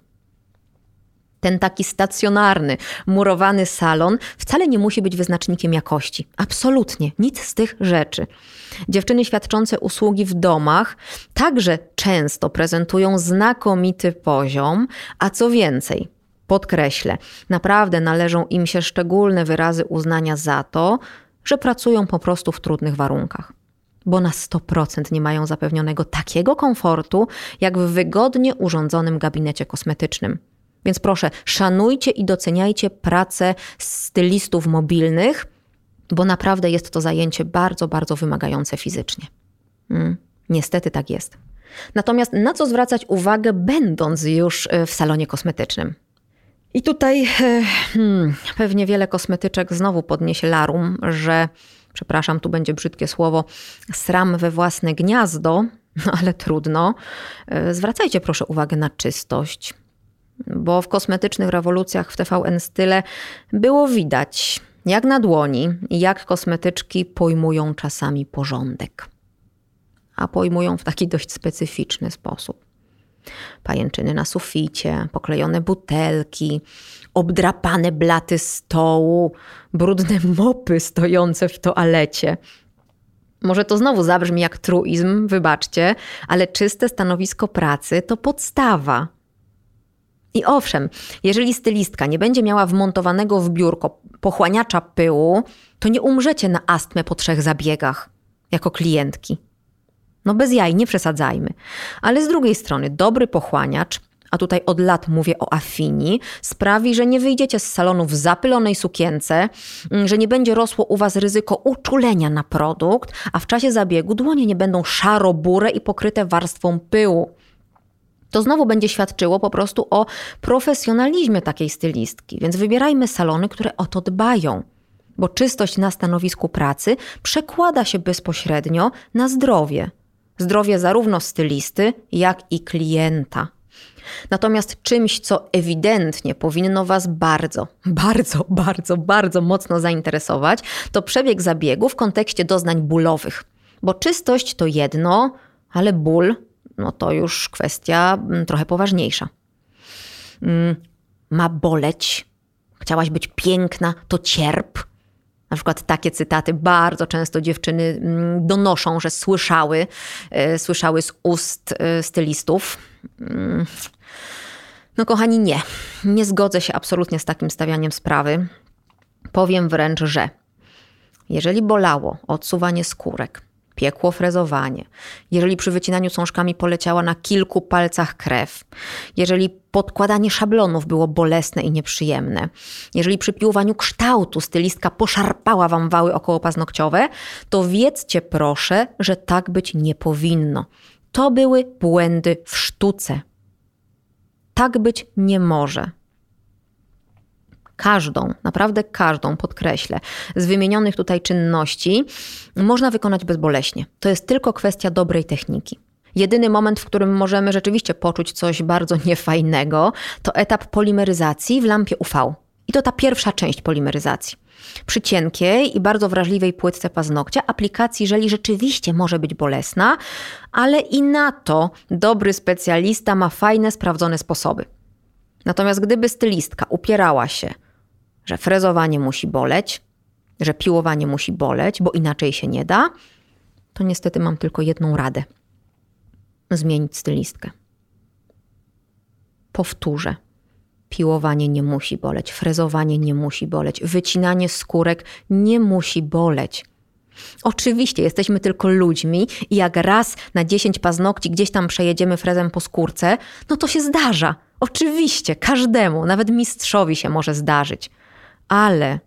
Ten taki stacjonarny, murowany salon wcale nie musi być wyznacznikiem jakości. Absolutnie, nic z tych rzeczy. Dziewczyny świadczące usługi w domach także często prezentują znakomity poziom, a co więcej, podkreślę, naprawdę należą im się szczególne wyrazy uznania za to, że pracują po prostu w trudnych warunkach. Bo na 100% nie mają zapewnionego takiego komfortu, jak w wygodnie urządzonym gabinecie kosmetycznym. Więc proszę, szanujcie i doceniajcie pracę stylistów mobilnych, bo naprawdę jest to zajęcie bardzo, bardzo wymagające fizycznie. Niestety tak jest. Natomiast na co zwracać uwagę, będąc już w salonie kosmetycznym? I tutaj pewnie wiele kosmetyczek znowu podniesie larum, że, przepraszam, tu będzie brzydkie słowo, sram we własne gniazdo, ale trudno. Zwracajcie proszę uwagę na czystość, bo w kosmetycznych rewolucjach w TVN Style było widać, jak na dłoni, jak kosmetyczki pojmują czasami porządek. A pojmują w taki dość specyficzny sposób. Pajęczyny na suficie, poklejone butelki, obdrapane blaty stołu, brudne mopy stojące w toalecie. Może to znowu zabrzmi jak truizm, wybaczcie, ale czyste stanowisko pracy to podstawa. I owszem, jeżeli stylistka nie będzie miała wmontowanego w biurko pochłaniacza pyłu, to nie umrzecie na astmę po 3 zabiegach jako klientki. Bez jaj, nie przesadzajmy. Ale z drugiej strony dobry pochłaniacz, a tutaj od lat mówię o Affini, sprawi, że nie wyjdziecie z salonu w zapylonej sukience, że nie będzie rosło u was ryzyko uczulenia na produkt, a w czasie zabiegu dłonie nie będą szaro-bure i pokryte warstwą pyłu. To znowu będzie świadczyło po prostu o profesjonalizmie takiej stylistki, więc wybierajmy salony, które o to dbają. Bo czystość na stanowisku pracy przekłada się bezpośrednio na zdrowie. Zdrowie zarówno stylisty, jak i klienta. Natomiast czymś, co ewidentnie powinno was bardzo, bardzo, bardzo, bardzo mocno zainteresować, to przebieg zabiegu w kontekście doznań bólowych. Bo czystość to jedno, ale ból to już kwestia trochę poważniejsza. Ma boleć, chciałaś być piękna, to cierp. Na przykład takie cytaty bardzo często dziewczyny donoszą, że słyszały z ust stylistów. Kochani, nie zgodzę się absolutnie z takim stawianiem sprawy. Powiem wręcz, że jeżeli bolało odsuwanie skórek, piekło frezowanie, jeżeli przy wycinaniu cążkami poleciała na kilku palcach krew, jeżeli podkładanie szablonów było bolesne i nieprzyjemne, jeżeli przy piłowaniu kształtu stylistka poszarpała wam wały okołopaznokciowe, to wiedzcie proszę, że tak być nie powinno. To były błędy w sztuce. Tak być nie może. Naprawdę każdą, podkreślę, z wymienionych tutaj czynności można wykonać bezboleśnie. To jest tylko kwestia dobrej techniki. Jedyny moment, w którym możemy rzeczywiście poczuć coś bardzo niefajnego, to etap polimeryzacji w lampie UV. I to ta pierwsza część polimeryzacji. Przy cienkiej i bardzo wrażliwej płytce paznokcia aplikacji żeli rzeczywiście może być bolesna, ale i na to dobry specjalista ma fajne, sprawdzone sposoby. Natomiast gdyby stylistka upierała się, że frezowanie musi boleć, że piłowanie musi boleć, bo inaczej się nie da, to niestety mam tylko jedną radę. Zmienić stylistkę. Powtórzę. Piłowanie nie musi boleć, frezowanie nie musi boleć, wycinanie skórek nie musi boleć. Oczywiście jesteśmy tylko ludźmi i jak raz na 10 paznokci gdzieś tam przejedziemy frezem po skórce, no to się zdarza. Oczywiście, każdemu, nawet mistrzowi się może zdarzyć. Ale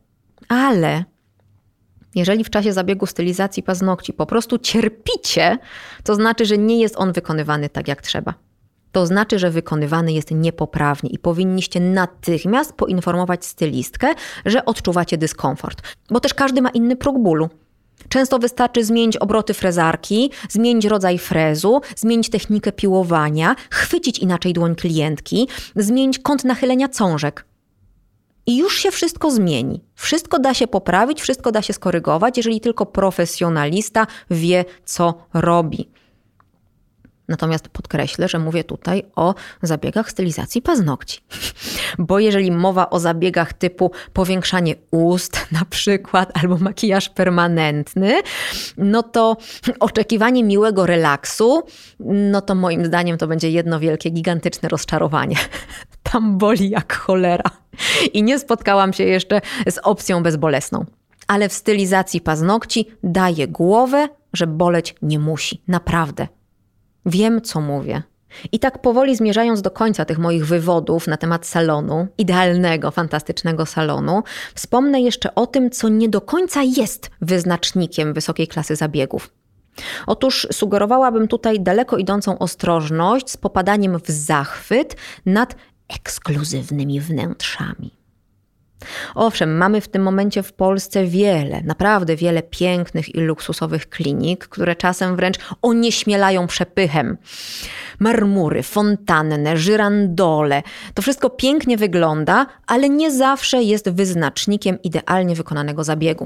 jeżeli w czasie zabiegu stylizacji paznokci po prostu cierpicie, to znaczy, że nie jest on wykonywany tak jak trzeba. To znaczy, że wykonywany jest niepoprawnie i powinniście natychmiast poinformować stylistkę, że odczuwacie dyskomfort. Bo też każdy ma inny próg bólu. Często wystarczy zmienić obroty frezarki, zmienić rodzaj frezu, zmienić technikę piłowania, chwycić inaczej dłoń klientki, zmienić kąt nachylenia cążek. I już się wszystko zmieni. Wszystko da się poprawić, wszystko da się skorygować, jeżeli tylko profesjonalista wie, co robi. Natomiast podkreślę, że mówię tutaj o zabiegach stylizacji paznokci. Bo jeżeli mowa o zabiegach typu powiększanie ust na przykład albo makijaż permanentny, no to oczekiwanie miłego relaksu, no to moim zdaniem to będzie jedno wielkie, gigantyczne rozczarowanie. Tam boli jak cholera. I nie spotkałam się jeszcze z opcją bezbolesną. Ale w stylizacji paznokci daję głowę, że boleć nie musi. Naprawdę. Wiem, co mówię. I tak powoli zmierzając do końca tych moich wywodów na temat salonu, idealnego, fantastycznego salonu, wspomnę jeszcze o tym, co nie do końca jest wyznacznikiem wysokiej klasy zabiegów. Otóż sugerowałabym tutaj daleko idącą ostrożność z popadaniem w zachwyt nad ekskluzywnymi wnętrzami. Owszem, mamy w tym momencie w Polsce naprawdę wiele pięknych i luksusowych klinik, które czasem wręcz onieśmielają przepychem. Marmury, fontanny, żyrandole. To wszystko pięknie wygląda, ale nie zawsze jest wyznacznikiem idealnie wykonanego zabiegu.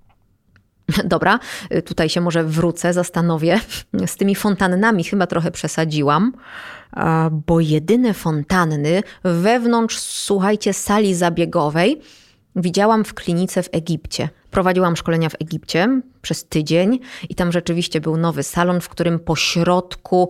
Dobra, tutaj się może wrócę, zastanowię. Z tymi fontannami chyba trochę przesadziłam, bo jedyne fontanny wewnątrz, słuchajcie, sali zabiegowej widziałam w klinice w Egipcie. Prowadziłam szkolenia w Egipcie przez tydzień i tam rzeczywiście był nowy salon, w którym po środku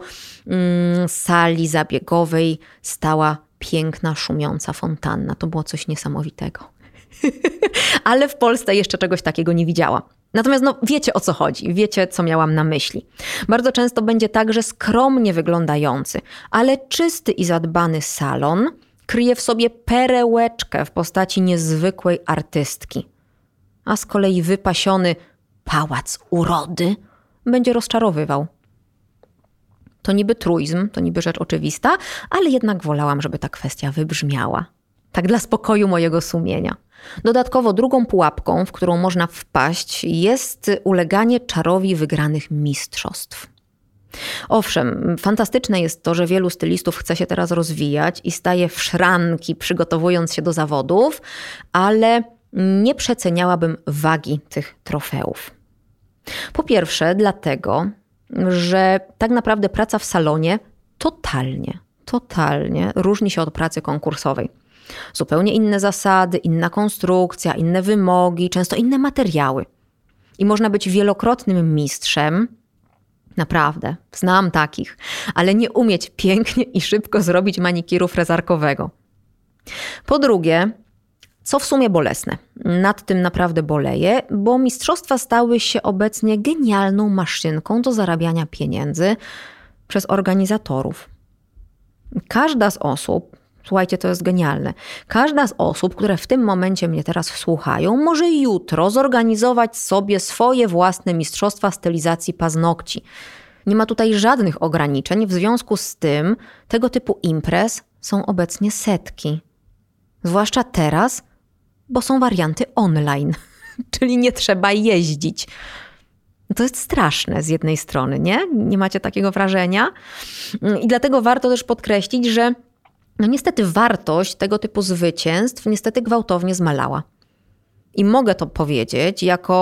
sali zabiegowej stała piękna, szumiąca fontanna. To było coś niesamowitego. Ale w Polsce jeszcze czegoś takiego nie widziałam. Natomiast wiecie, o co chodzi, wiecie, co miałam na myśli. Bardzo często będzie tak, że skromnie wyglądający, ale czysty i zadbany salon kryje w sobie perełeczkę w postaci niezwykłej artystki. A z kolei wypasiony pałac urody będzie rozczarowywał. To niby truizm, to niby rzecz oczywista, ale jednak wolałam, żeby ta kwestia wybrzmiała. Tak dla spokoju mojego sumienia. Dodatkowo drugą pułapką, w którą można wpaść, jest uleganie czarowi wygranych mistrzostw. Owszem, fantastyczne jest to, że wielu stylistów chce się teraz rozwijać i staje w szranki, przygotowując się do zawodów, ale nie przeceniałabym wagi tych trofeów. Po pierwsze dlatego, że tak naprawdę praca w salonie totalnie różni się od pracy konkursowej. Zupełnie inne zasady, inna konstrukcja, inne wymogi, często inne materiały. I można być wielokrotnym mistrzem, naprawdę, znam takich, ale nie umieć pięknie i szybko zrobić manikiru frezarkowego. Po drugie, co w sumie bolesne, nad tym naprawdę boleję, bo mistrzostwa stały się obecnie genialną maszynką do zarabiania pieniędzy przez organizatorów. Każda z osób, słuchajcie, to jest genialne. Każda z osób, które w tym momencie mnie teraz słuchają, może jutro zorganizować sobie swoje własne mistrzostwa stylizacji paznokci. Nie ma tutaj żadnych ograniczeń, w związku z tym tego typu imprez są obecnie setki. Zwłaszcza teraz, bo są warianty online, czyli nie trzeba jeździć. To jest straszne z jednej strony, nie? Nie macie takiego wrażenia? I dlatego warto też podkreślić, że niestety wartość tego typu zwycięstw niestety gwałtownie zmalała. I mogę to powiedzieć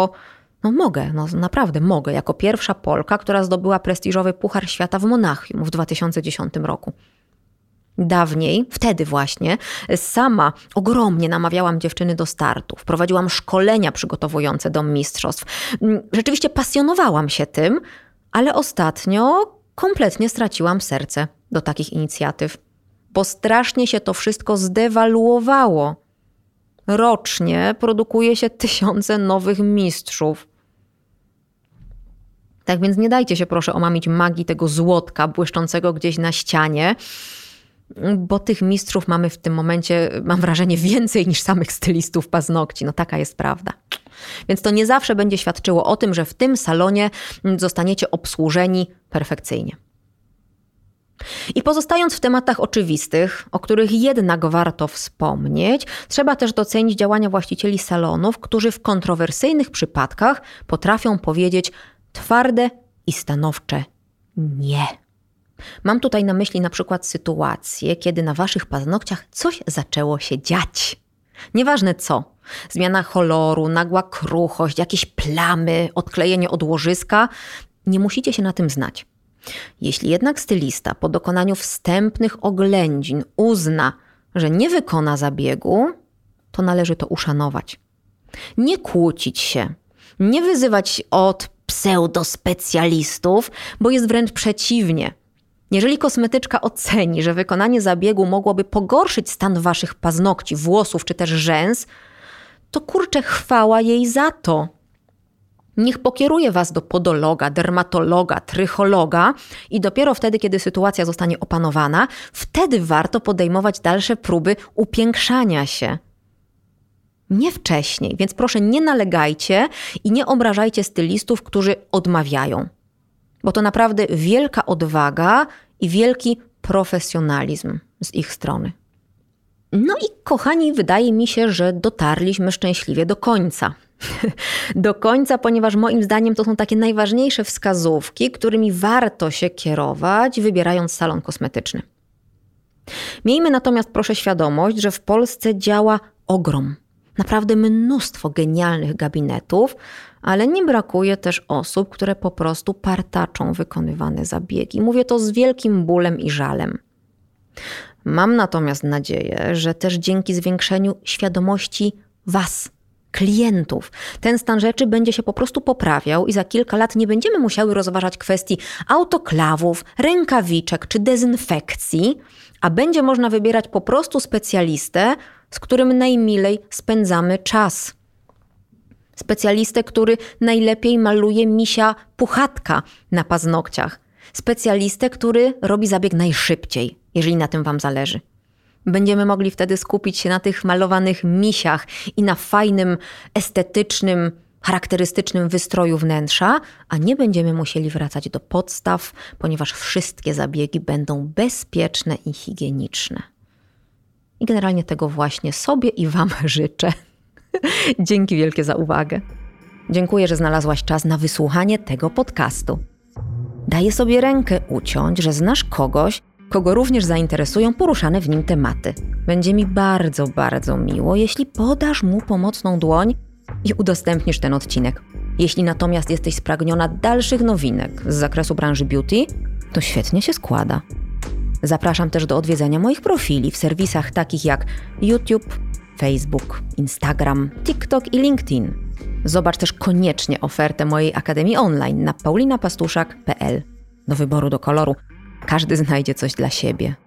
naprawdę mogę, jako pierwsza Polka, która zdobyła prestiżowy Puchar Świata w Monachium w 2010 roku. Dawniej, wtedy właśnie, sama ogromnie namawiałam dziewczyny do startów. Prowadziłam szkolenia przygotowujące do mistrzostw. Rzeczywiście pasjonowałam się tym, ale ostatnio kompletnie straciłam serce do takich inicjatyw, bo strasznie się to wszystko zdewaluowało. Rocznie produkuje się tysiące nowych mistrzów. Tak więc nie dajcie się proszę omamić magii tego złotka błyszczącego gdzieś na ścianie, bo tych mistrzów mamy w tym momencie, mam wrażenie, więcej niż samych stylistów paznokci. No taka jest prawda. Więc to nie zawsze będzie świadczyło o tym, że w tym salonie zostaniecie obsłużeni perfekcyjnie. I pozostając w tematach oczywistych, o których jednak warto wspomnieć, trzeba też docenić działania właścicieli salonów, którzy w kontrowersyjnych przypadkach potrafią powiedzieć twarde i stanowcze nie. Mam tutaj na myśli na przykład sytuację, kiedy na waszych paznokciach coś zaczęło się dziać. Nieważne co. Zmiana koloru, nagła kruchość, jakieś plamy, odklejenie od łożyska. Nie musicie się na tym znać. Jeśli jednak stylista po dokonaniu wstępnych oględzin uzna, że nie wykona zabiegu, to należy to uszanować. Nie kłócić się, nie wyzywać od pseudospecjalistów, bo jest wręcz przeciwnie. Jeżeli kosmetyczka oceni, że wykonanie zabiegu mogłoby pogorszyć stan waszych paznokci, włosów czy też rzęs, to kurczę, chwała jej za to. Niech pokieruje was do podologa, dermatologa, trychologa i dopiero wtedy, kiedy sytuacja zostanie opanowana, wtedy warto podejmować dalsze próby upiększania się. Nie wcześniej, więc proszę nie nalegajcie i nie obrażajcie stylistów, którzy odmawiają. Bo to naprawdę wielka odwaga i wielki profesjonalizm z ich strony. No i kochani, wydaje mi się, że dotarliśmy szczęśliwie do końca. Do końca, ponieważ moim zdaniem to są takie najważniejsze wskazówki, którymi warto się kierować, wybierając salon kosmetyczny. Miejmy natomiast proszę świadomość, że w Polsce działa ogrom. Naprawdę mnóstwo genialnych gabinetów, ale nie brakuje też osób, które po prostu partaczą wykonywane zabiegi. Mówię to z wielkim bólem i żalem. Mam natomiast nadzieję, że też dzięki zwiększeniu świadomości was, klientów, ten stan rzeczy będzie się po prostu poprawiał i za kilka lat nie będziemy musiały rozważać kwestii autoklawów, rękawiczek czy dezynfekcji, a będzie można wybierać po prostu specjalistę, z którym najmilej spędzamy czas. Specjalistę, który najlepiej maluje misia puchatka na paznokciach. Specjalistę, który robi zabieg najszybciej, jeżeli na tym wam zależy. Będziemy mogli wtedy skupić się na tych malowanych misiach i na fajnym, estetycznym, charakterystycznym wystroju wnętrza, a nie będziemy musieli wracać do podstaw, ponieważ wszystkie zabiegi będą bezpieczne i higieniczne. I generalnie tego właśnie sobie i wam życzę. Dzięki wielkie za uwagę. Dziękuję, że znalazłaś czas na wysłuchanie tego podcastu. Daję sobie rękę uciąć, że znasz kogoś, kogo również zainteresują poruszane w nim tematy. Będzie mi bardzo, bardzo miło, jeśli podasz mu pomocną dłoń i udostępnisz ten odcinek. Jeśli natomiast jesteś spragniona dalszych nowinek z zakresu branży beauty, to świetnie się składa. Zapraszam też do odwiedzania moich profili w serwisach takich jak YouTube, Facebook, Instagram, TikTok i LinkedIn. Zobacz też koniecznie ofertę mojej Akademii Online na paulinapastuszak.pl. Do wyboru, do koloru. Każdy znajdzie coś dla siebie.